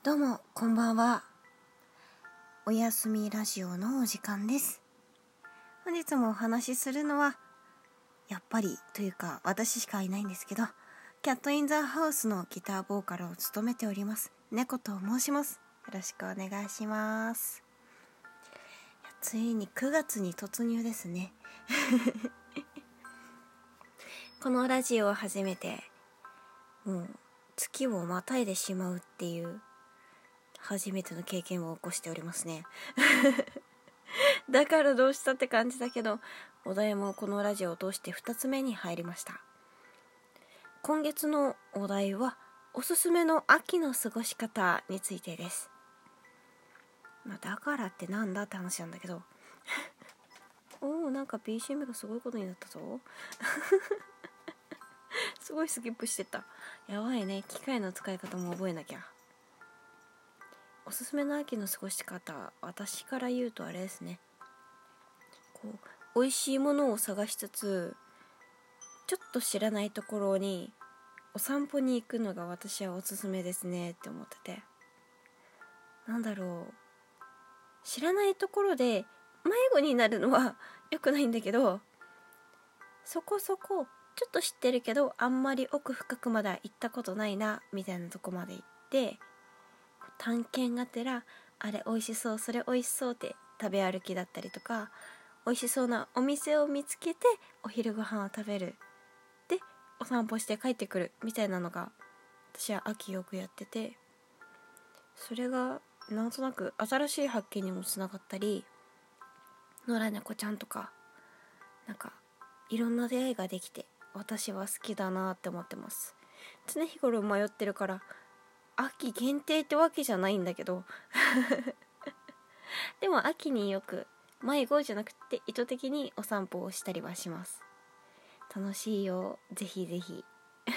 どうもこんばんは。おやすみラジオのお時間です。本日もお話しするのはやっぱりというか私しかいないんですけど、キャットインザハウスのギターボーカルを務めております猫と申します。よろしくお願いします。ついに9月に突入ですねこのラジオを始めてもう月をまたいでしまうっていう初めての経験を起こしておりますねだからどうしたって感じだけど、お題もこのラジオを通して2つ目に入りました。今月のお題はおすすめの秋の過ごし方についてです。だからってなんだって話なんだけどなんか BGM がすごいことになったぞすごいスキップしてた。やばいね、機械の使い方も覚えなきゃ。おすすめの秋の過ごし方、私から言うとあれですね、美味しいものを探しつつちょっと知らないところにお散歩に行くのが私はおすすめですねって思ってて、知らないところで迷子になるのは良くないんだけど、そこそこちょっと知ってるけどあんまり奥深くまで行ったことないなみたいなとこまで行って探検がてら、あれ美味しそう、それ美味しそうって食べ歩きだったりとか、美味しそうなお店を見つけてお昼ご飯を食べる、でお散歩して帰ってくるみたいなのが私は秋よくやってて、それがなんとなく新しい発見にもつながったり、野良猫ちゃんとかいろんな出会いができて私は好きだなって思ってます。常日頃迷ってるから秋限定ってわけじゃないんだけどでも秋によく迷子じゃなくて意図的にお散歩をしたりはします。楽しいよ、ぜひぜひ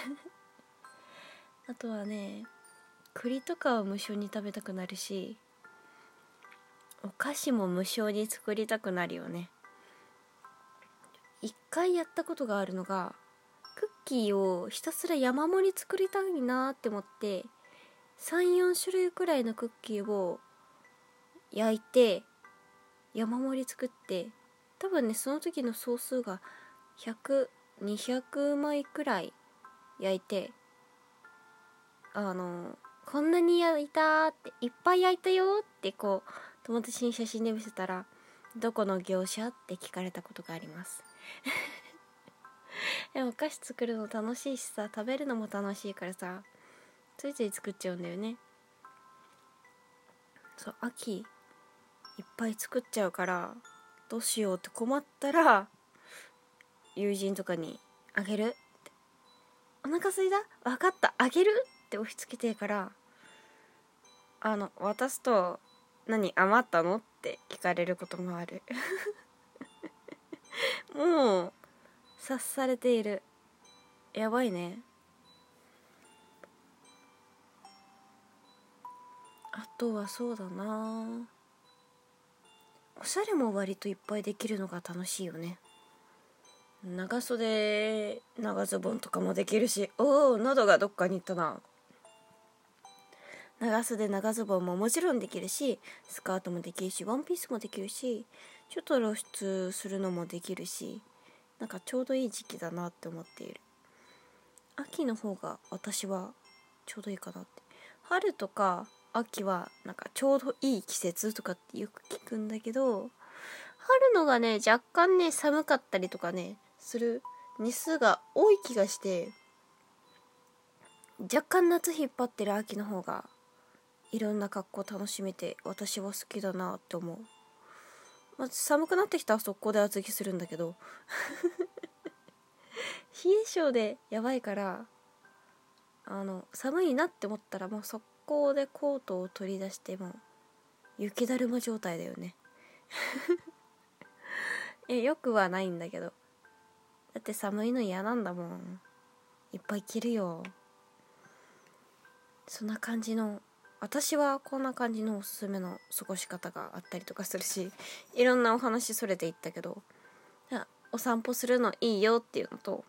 あとはね、栗とかは無償に食べたくなるし、お菓子も無償に作りたくなるよね。一回やったことがあるのが、クッキーをひたすら山盛り作りたいなって思って3、4種類くらいのクッキーを焼いて山盛り作って、多分ねその時の総数が100、200枚くらい焼いて、こんなに焼いたって、いっぱい焼いたよって友達に写真で見せたら、どこの業者って聞かれたことがありますでもお菓子作るの楽しいしさ、食べるのも楽しいからさ、ついつい作っちゃうんだよね。そう、秋いっぱい作っちゃうから、どうしようって困ったら友人とかにあげるって、お腹すいた？分かった、あげるって押し付けてから渡すと、何余ったのって聞かれることもあるもう察されている。やばいね。あとはそうだな、おしゃれも割といっぱいできるのが楽しいよね。長袖長ズボンとかもできるし、喉がどっかに行ったな。長袖長ズボンももちろんできるし、スカートもできるし、ワンピースもできるし、ちょっと露出するのもできるし、ちょうどいい時期だなって思っている。秋の方が私はちょうどいいかなって。春とか秋はちょうどいい季節とかってよく聞くんだけど、春のがね若干ね寒かったりとかねする日数が多い気がして、若干夏引っ張ってる秋の方がいろんな格好楽しめて私は好きだなって思う。寒くなってきたら速攻で厚着するんだけど冷え性でやばいから、寒いなって思ったらもう速攻でコートを取り出して、もう雪だるま状態だよねよくはないんだけど、だって寒いの嫌なんだもん。いっぱい着るよ。そんな感じの、私はこんな感じのおすすめの過ごし方があったりとかするし、いろんなお話それていったけど、お散歩するのいいよっていうのと、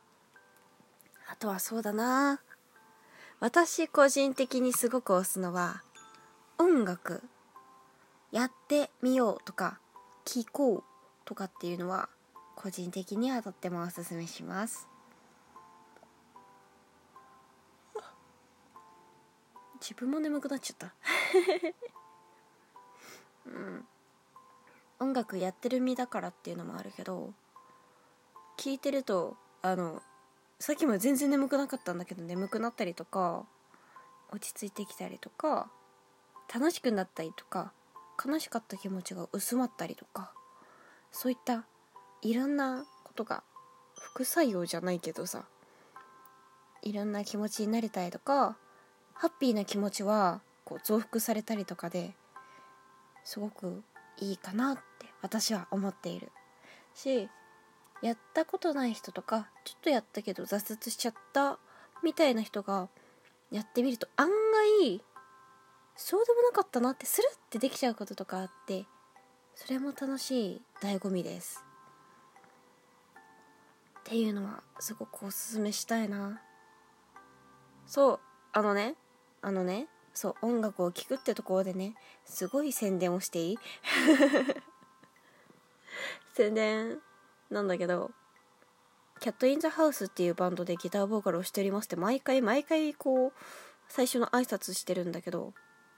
あとはそうだな、私個人的にすごく推すのは音楽やってみようとか聴こうとかっていうのは個人的にはとってもおすすめします。自分も眠くなっちゃった音楽やってる身だからっていうのもあるけど、聴いてるとさっきまで全然眠くなかったんだけど眠くなったりとか、落ち着いてきたりとか、楽しくなったりとか、悲しかった気持ちが薄まったりとか、そういったいろんなことが副作用じゃないけどさ、いろんな気持ちになれたりとか、ハッピーな気持ちはこう増幅されたりとかですごくいいかなって私は思っているし、やったことない人とかちょっとやったけど挫折しちゃったみたいな人がやってみると案外そうでもなかったなってスルッてできちゃうこととかあって、それも楽しい醍醐味ですっていうのはすごくおすすめしたいな。そうそう音楽を聴くってところでね、すごい宣伝をしていい宣伝なんだけど、キャットインザハウスっていうバンドでギターボーカルをしておりますって毎回こう最初の挨拶してるんだけど、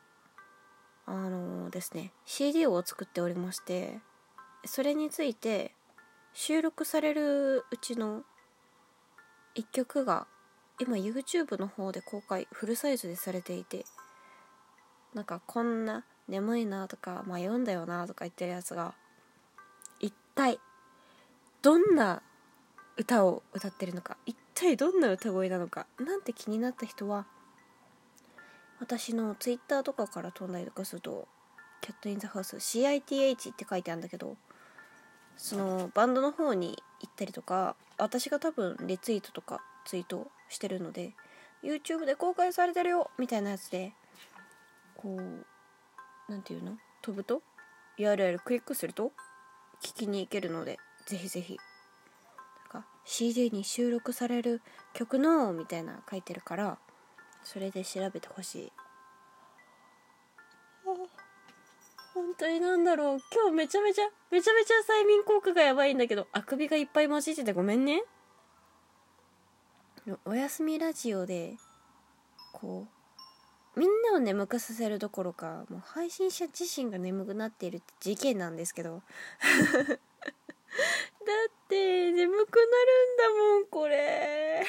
ですね CD を作っておりまして、それについて収録されるうちの1曲が今 YouTube の方で公開フルサイズでされていて、なんかこんな眠いなとか迷うんだよなとか言ってるやつが一体どんな歌を歌ってるのか、一体どんな歌声なのかなんて気になった人は、私の Twitter とかから飛んだりとかするとキャットインザハウス CITH って書いてあるんだけど、そのバンドの方に行ったりとか、私が多分リツイートとかツイートしてるので YouTube で公開されてるよみたいなやつでこうなんていうの、飛ぶと URL クリックすると聞きに行けるので、ぜひぜひ。なんか CD に収録される曲のみたいな書いてるから、それで調べてほしい。本当になんだろう、今日めちゃめちゃ催眠効果がやばいんだけど、あくびがいっぱい混じっててごめんね。おやすみラジオでこうみんなを眠くさせるどころか、もう配信者自身が眠くなっているって事件なんですけどだって眠くなるんだもんこれ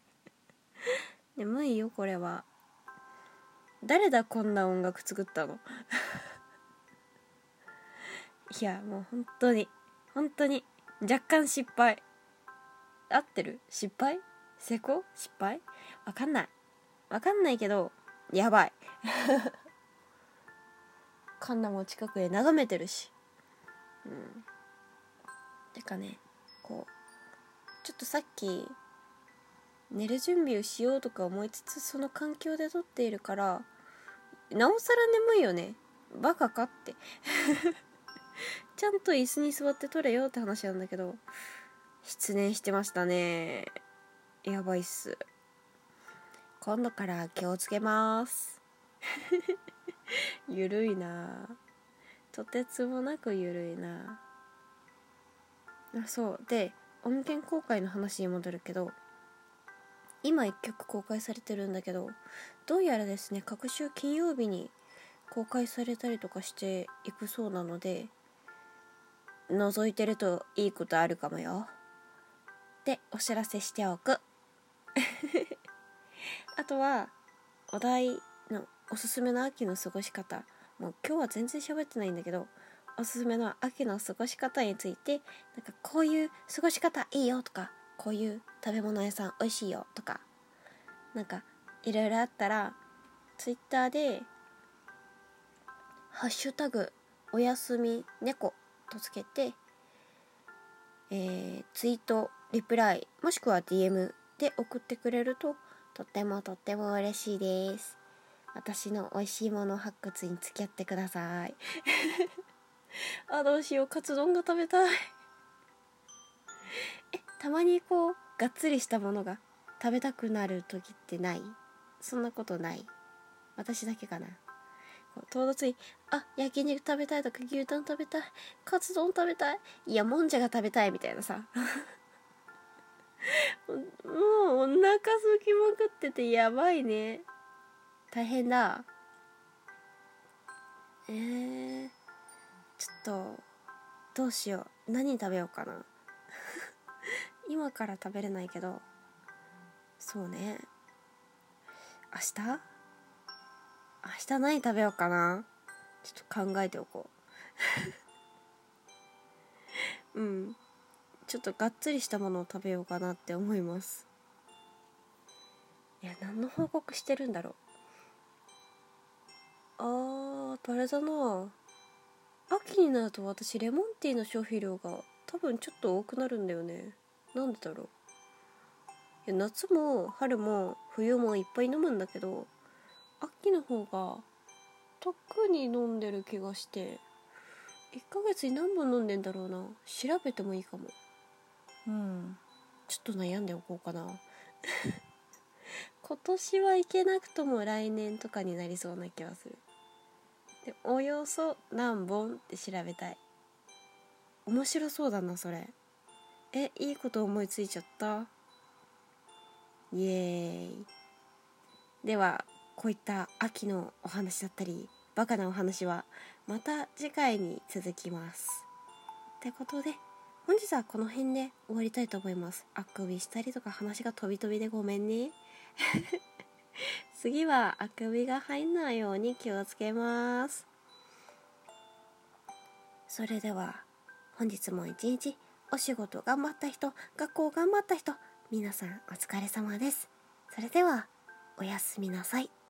眠いよこれは。誰だこんな音楽作ったのいやもう本当に若干失敗。合ってる？失敗？成功？失敗？わかんないけどやばいカンナも近くで眺めてるし、てかね、こうちょっとさっき寝る準備をしようとか思いつつ、その環境で撮っているからなおさら眠いよね。バカかってちゃんと椅子に座って撮れよって話なんだけど、失念してましたね。やばいっす。今度から気をつけますゆるいな、とてつもなくゆるいな。そうで、音源公開の話に戻るけど、今1曲公開されてるんだけど、どうやらですね各週金曜日に公開されたりとかしていくそうなので、覗いてるといいことあるかもよってお知らせしておくあとはお題のおすすめの秋の過ごし方、もう今日は全然喋ってないんだけど、おすすめの秋の過ごし方について、なんかこういう過ごし方いいよとか、こういう食べ物屋さん美味しいよとか、なんかいろいろあったらツイッターでハッシュタグおやすみ猫とつけて、ツイートリプライもしくは DM で送ってくれるととっても嬉しいです。私の美味しいもの発掘に付き合ってくださいどうしよう、カツ丼が食べたいたまにこうがっつりしたものが食べたくなる時ってない？そんなことない？私だけかな？ 友達に焼肉食べたいとか牛タン食べたいカツ丼食べたいいやもんじゃが食べたいみたいなさもうお腹空きまくっててやばいね、大変だ。ちょっとどうしよう、何食べようかな今から食べれないけど、そうね、明日何食べようかな、ちょっと考えておこうちょっとがっつりしたものを食べようかなって思います。いや、何の報告してるんだろう。あれだな、秋になると私レモンティーの消費量が多分ちょっと多くなるんだよね。なんでだろう。いや、夏も春も冬もいっぱい飲むんだけど、秋の方が特に飲んでる気がして、1ヶ月に何本飲んでんだろうな、調べてもいいかも。ちょっと悩んでおこうかな今年はいけなくとも来年とかになりそうな気はする。で、およそ何本って調べたい。面白そうだなそれ。いいこと思いついちゃった。イエーイ。ではこういった秋のお話だったりバカなお話はまた次回に続きます。ってことで本日はこの辺で終わりたいと思います。あくびしたりとか話が飛び飛びでごめんね次はあくびが入んないように気をつけます。それでは本日も一日お仕事頑張った人、学校頑張った人、皆さんお疲れ様です。それではおやすみなさい。